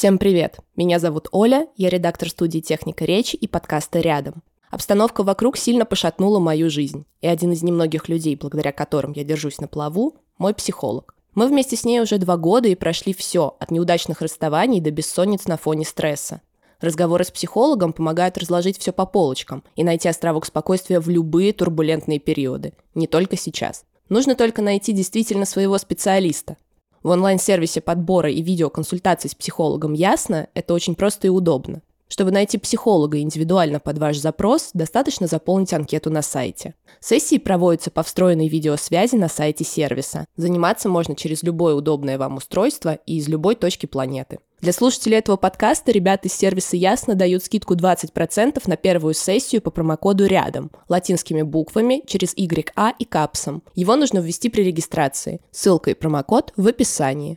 Всем привет! Меня зовут Оля, я редактор студии «Техника речи» и подкаста «Рядом». Обстановка вокруг сильно пошатнула мою жизнь, и один из немногих людей, благодаря которым я держусь на плаву, мой психолог. Мы вместе с ней уже 2 года и прошли все, от неудачных расставаний до бессонниц на фоне стресса. Разговоры с психологом помогают разложить все по полочкам и найти островок спокойствия в любые турбулентные периоды, не только сейчас. Нужно только найти действительно своего специалиста. В онлайн-сервисе подбора и видеоконсультаций с психологом «Ясно» это очень просто и удобно. Чтобы найти психолога индивидуально под ваш запрос, достаточно заполнить анкету на сайте. Сессии проводятся по встроенной видеосвязи на сайте сервиса. Заниматься можно через любое удобное вам устройство и из любой точки планеты. Для слушателей этого подкаста ребята из сервиса «Ясно» дают скидку 20% на первую сессию по промокоду «Рядом» латинскими буквами через YA и капсом. Его нужно ввести при регистрации. Ссылка и промокод в описании.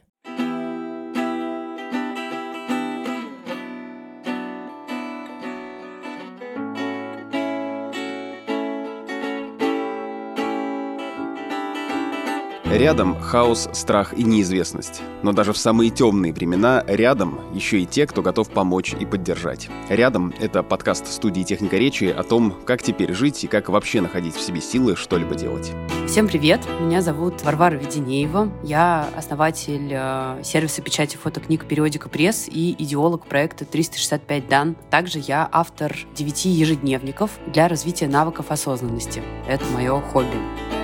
Рядом хаос, страх и неизвестность. Но даже в самые темные времена рядом еще и те, кто готов помочь и поддержать. «Рядом» — это подкаст студии «Техника речи» о том, как теперь жить и как вообще находить в себе силы что-либо делать. Всем привет! Меня зовут Варвара Веденеева. Я основатель сервиса печати фотокниг «Периодика Пресс» и идеолог проекта 365 дан. Также я автор 9 ежедневников для развития навыков осознанности. Это мое хобби.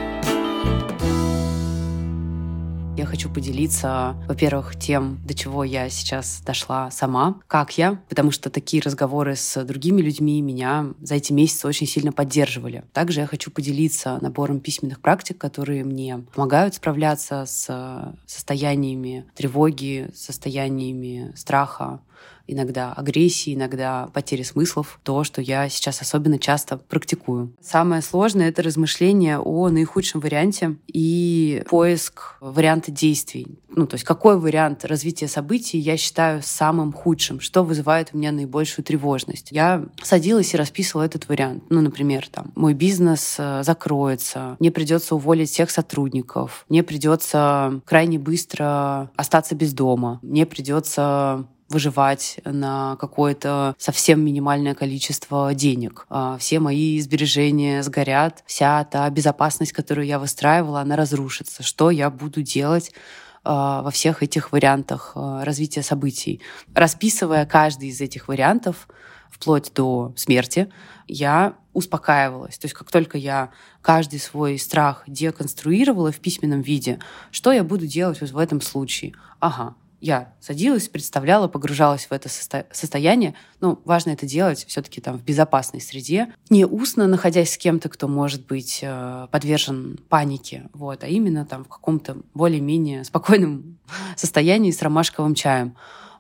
Я хочу поделиться, во-первых, тем, до чего я сейчас дошла сама, как я, потому что такие разговоры с другими людьми меня за эти месяцы очень сильно поддерживали. Также я хочу поделиться набором письменных практик, которые мне помогают справляться с состояниями тревоги, состояниями страха, иногда агрессии, иногда потери смыслов, то, что я сейчас особенно часто практикую. Самое сложное — это размышление о наихудшем варианте и поиск варианта действий. То есть какой вариант развития событий я считаю самым худшим, что вызывает у меня наибольшую тревожность. Я садилась и расписывала этот вариант. Например, мой бизнес закроется, мне придется уволить всех сотрудников, мне придется крайне быстро остаться без дома, мне придется выживать на какое-то совсем минимальное количество денег. Все мои сбережения сгорят, вся та безопасность, которую я выстраивала, она разрушится. Что я буду делать во всех этих вариантах развития событий? Расписывая каждый из этих вариантов, вплоть до смерти, я успокаивалась. То есть как только я каждый свой страх деконструировала в письменном виде, что я буду делать вот в этом случае? Я садилась, представляла, погружалась в это состояние. Важно это делать все-таки в безопасной среде, не устно, находясь с кем-то, кто может быть подвержен панике, а именно в каком-то более-менее спокойном состоянии с ромашковым чаем.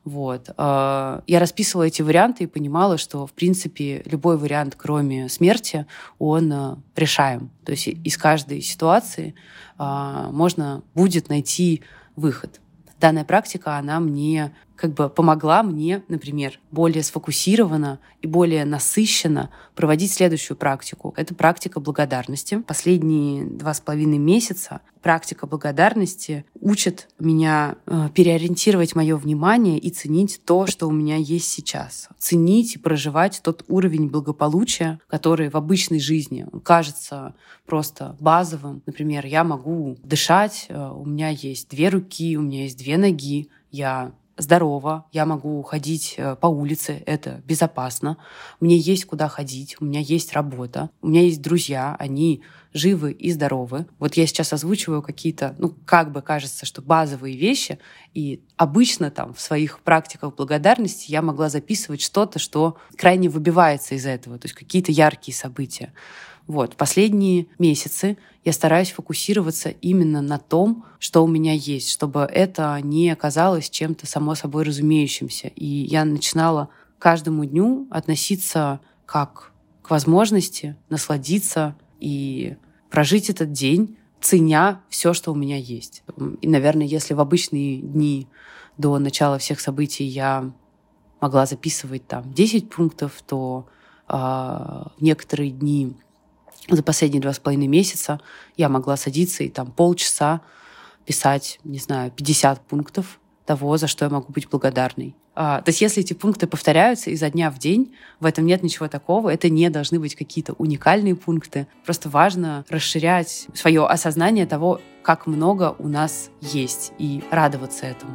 Я расписывала эти варианты и понимала, что, в принципе, любой вариант, кроме смерти, он решаем. То есть из каждой ситуации можно будет найти выход. Данная практика, она мне помогла мне, например, более сфокусированно и более насыщенно проводить следующую практику. Это практика благодарности. Последние 2,5 месяца практика благодарности учит меня переориентировать мое внимание и ценить то, что у меня есть сейчас. Ценить и проживать тот уровень благополучия, который в обычной жизни кажется просто базовым. Например, я могу дышать, у меня есть 2 руки, у меня есть 2 ноги, я здорова, я могу ходить по улице, это безопасно, мне есть куда ходить, у меня есть работа, у меня есть друзья, они живы и здоровы. Я сейчас озвучиваю какие-то, кажется, что базовые вещи, и обычно в своих практиках благодарности я могла записывать что-то, что крайне выбивается из этого, то есть какие-то яркие события. Последние месяцы я стараюсь фокусироваться именно на том, что у меня есть, чтобы это не казалось чем-то само собой разумеющимся. И я начинала к каждому дню относиться как к возможности насладиться и прожить этот день, ценя все, что у меня есть. И, наверное, если в обычные дни до начала всех событий я могла записывать 10 пунктов, то в некоторые дни за последние 2,5 месяца я могла садиться и полчаса писать, 50 пунктов того, за что я могу быть благодарной. То есть если эти пункты повторяются изо дня в день, в этом нет ничего такого, это не должны быть какие-то уникальные пункты. Просто важно расширять свое осознание того, как много у нас есть, и радоваться этому.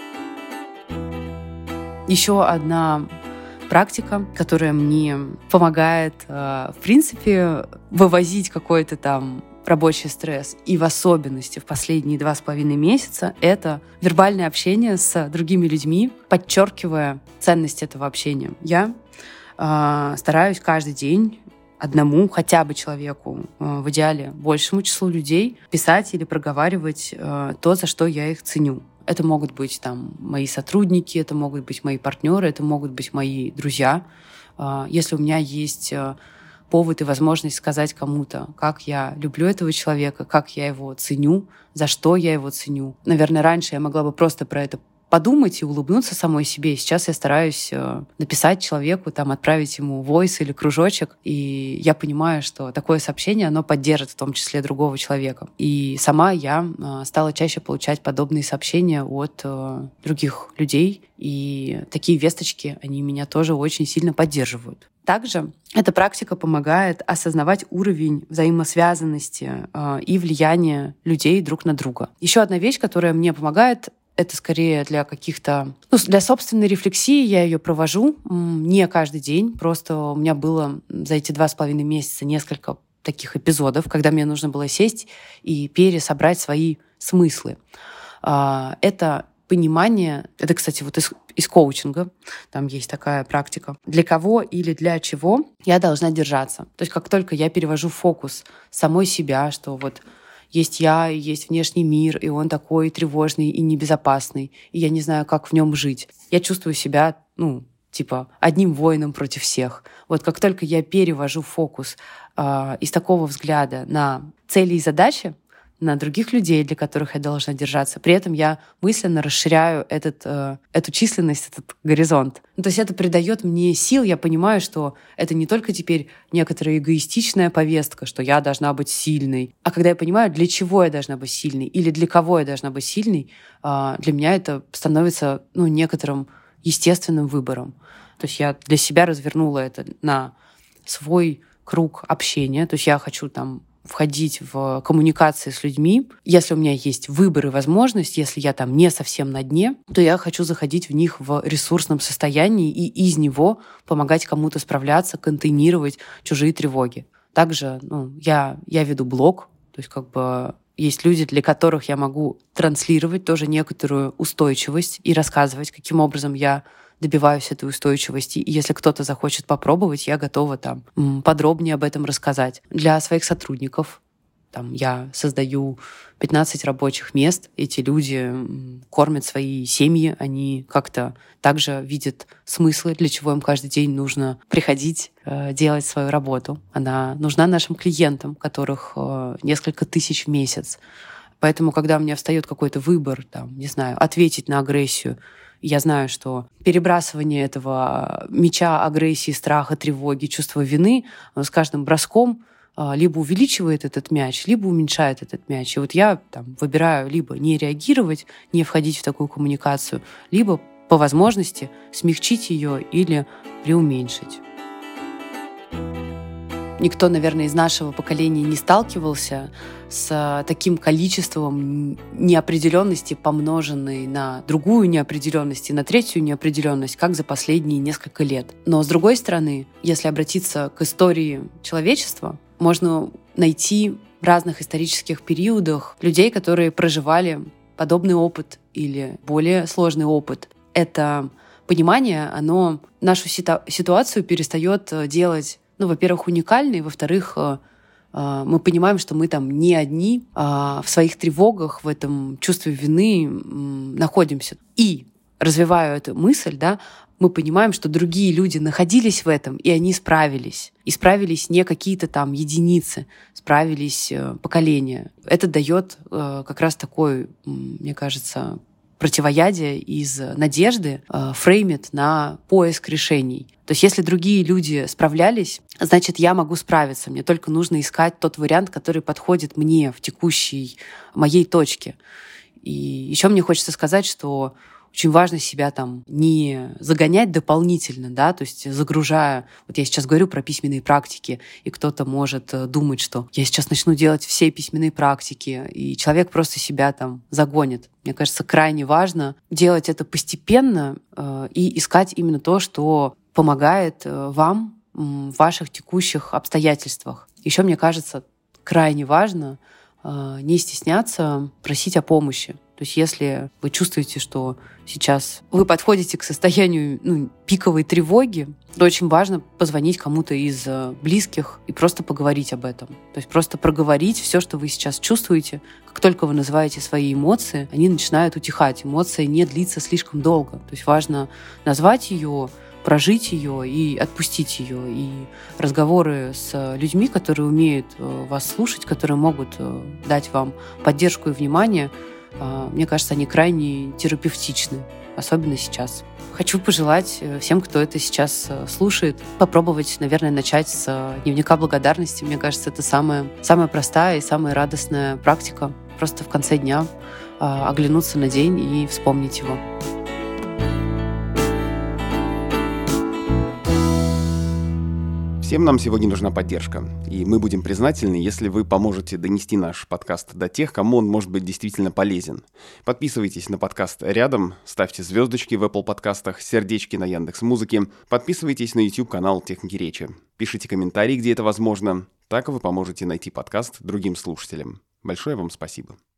Еще одна практика, которая мне помогает, в принципе, вывозить какой-то там рабочий стресс, и в особенности в последние 2,5 месяца, это вербальное общение с другими людьми, подчеркивая ценность этого общения. Я стараюсь каждый день одному, хотя бы человеку, в идеале большему числу людей, писать или проговаривать то, за что я их ценю. Это могут быть там мои сотрудники, это могут быть мои партнеры, это могут быть мои друзья. Если у меня есть повод и возможность сказать кому-то, как я люблю этого человека, как я его ценю, за что я его ценю. Наверное, раньше я могла бы просто про это подумать и улыбнуться самой себе. Сейчас я стараюсь написать человеку, там, отправить ему войс или кружочек, и я понимаю, что такое сообщение, оно поддержит в том числе другого человека. И сама я стала чаще получать подобные сообщения от других людей, и такие весточки, они меня тоже очень сильно поддерживают. Также эта практика помогает осознавать уровень взаимосвязанности и влияния людей друг на друга. Еще одна вещь, которая мне помогает, это скорее для каких-то... для собственной рефлексии я ее провожу не каждый день. Просто у меня было за эти 2,5 месяца несколько таких эпизодов, когда мне нужно было сесть и пересобрать свои смыслы. Это понимание, это, кстати, вот из коучинга, там есть такая практика, для кого или для чего я должна держаться. То есть как только я перевожу фокус самой себя, что вот есть я, и есть внешний мир, и он такой тревожный и небезопасный, и я не знаю, как в нем жить. Я чувствую себя, одним воином против всех. Вот как только я перевожу фокус из такого взгляда на цели и задачи, на других людей, для которых я должна держаться. При этом я мысленно расширяю эту численность, этот горизонт. То есть это придает мне сил. Я понимаю, что это не только теперь некоторая эгоистичная повестка, что я должна быть сильной, а когда я понимаю, для чего я должна быть сильной или для кого я должна быть сильной, для меня это становится некоторым естественным выбором. То есть я для себя развернула это на свой круг общения. То есть я хочу входить в коммуникации с людьми. Если у меня есть выбор и возможность, если я там не совсем на дне, то я хочу заходить в них в ресурсном состоянии и из него помогать кому-то справляться, контейнировать чужие тревоги. Также я веду блог, то есть есть люди, для которых я могу транслировать тоже некоторую устойчивость и рассказывать, каким образом я добиваюсь этой устойчивости. И если кто-то захочет попробовать, я готова подробнее об этом рассказать. Для своих сотрудников я создаю 15 рабочих мест. Эти люди кормят свои семьи, они как-то также видят смыслы, для чего им каждый день нужно приходить, делать свою работу. Она нужна нашим клиентам, которых несколько тысяч в месяц. Поэтому, когда у меня встает какой-то выбор, ответить на агрессию, я знаю, что перебрасывание этого мяча агрессии, страха, тревоги, чувства вины с каждым броском либо увеличивает этот мяч, либо уменьшает этот мяч. И вот я выбираю либо не реагировать, не входить в такую коммуникацию, либо по возможности смягчить ее или преуменьшить. Никто, наверное, из нашего поколения не сталкивался с таким количеством неопределенности, помноженной на другую неопределенность и на третью неопределенность, как за последние несколько лет. Но, с другой стороны, если обратиться к истории человечества, можно найти в разных исторических периодах людей, которые проживали подобный опыт или более сложный опыт. Это понимание, оно нашу ситуацию перестает делать, во-первых, уникальной, во-вторых, мы понимаем, что мы не одни, в своих тревогах, в этом чувстве вины находимся. И, развивая эту мысль, мы понимаем, что другие люди находились в этом, и они справились. И справились не какие-то единицы, справились поколения. Это дает как раз такой, мне кажется, противоядие из надежды фреймит на поиск решений. То есть если другие люди справлялись, значит, я могу справиться. Мне только нужно искать тот вариант, который подходит мне в текущей моей точке. И еще мне хочется сказать, что очень важно себя там не загонять дополнительно, да, то есть загружая. Вот я сейчас говорю про письменные практики, и кто-то может думать, что я сейчас начну делать все письменные практики, и человек просто себя там загонит. Мне кажется, крайне важно делать это постепенно и искать именно то, что помогает вам в ваших текущих обстоятельствах. Еще, мне кажется, крайне важно не стесняться просить о помощи. То есть если вы чувствуете, что сейчас вы подходите к состоянию пиковой тревоги, то очень важно позвонить кому-то из близких и просто поговорить об этом. То есть просто проговорить все, что вы сейчас чувствуете. Как только вы называете свои эмоции, они начинают утихать. Эмоция не длится слишком долго. То есть важно назвать ее, прожить ее и отпустить ее. И разговоры с людьми, которые умеют вас слушать, которые могут дать вам поддержку и внимание, мне кажется, они крайне терапевтичны, особенно сейчас. Хочу пожелать всем, кто это сейчас слушает, попробовать, наверное, начать с дневника благодарности. Мне кажется, это самая простая и самая радостная практика. Просто в конце дня оглянуться на день и вспомнить его. Всем нам сегодня нужна поддержка, и мы будем признательны, если вы поможете донести наш подкаст до тех, кому он может быть действительно полезен. Подписывайтесь на подкаст «Рядом», ставьте звездочки в Apple подкастах, сердечки на Яндекс.Музыке, подписывайтесь на YouTube-канал «Техники речи», пишите комментарии, где это возможно, так вы поможете найти подкаст другим слушателям. Большое вам спасибо.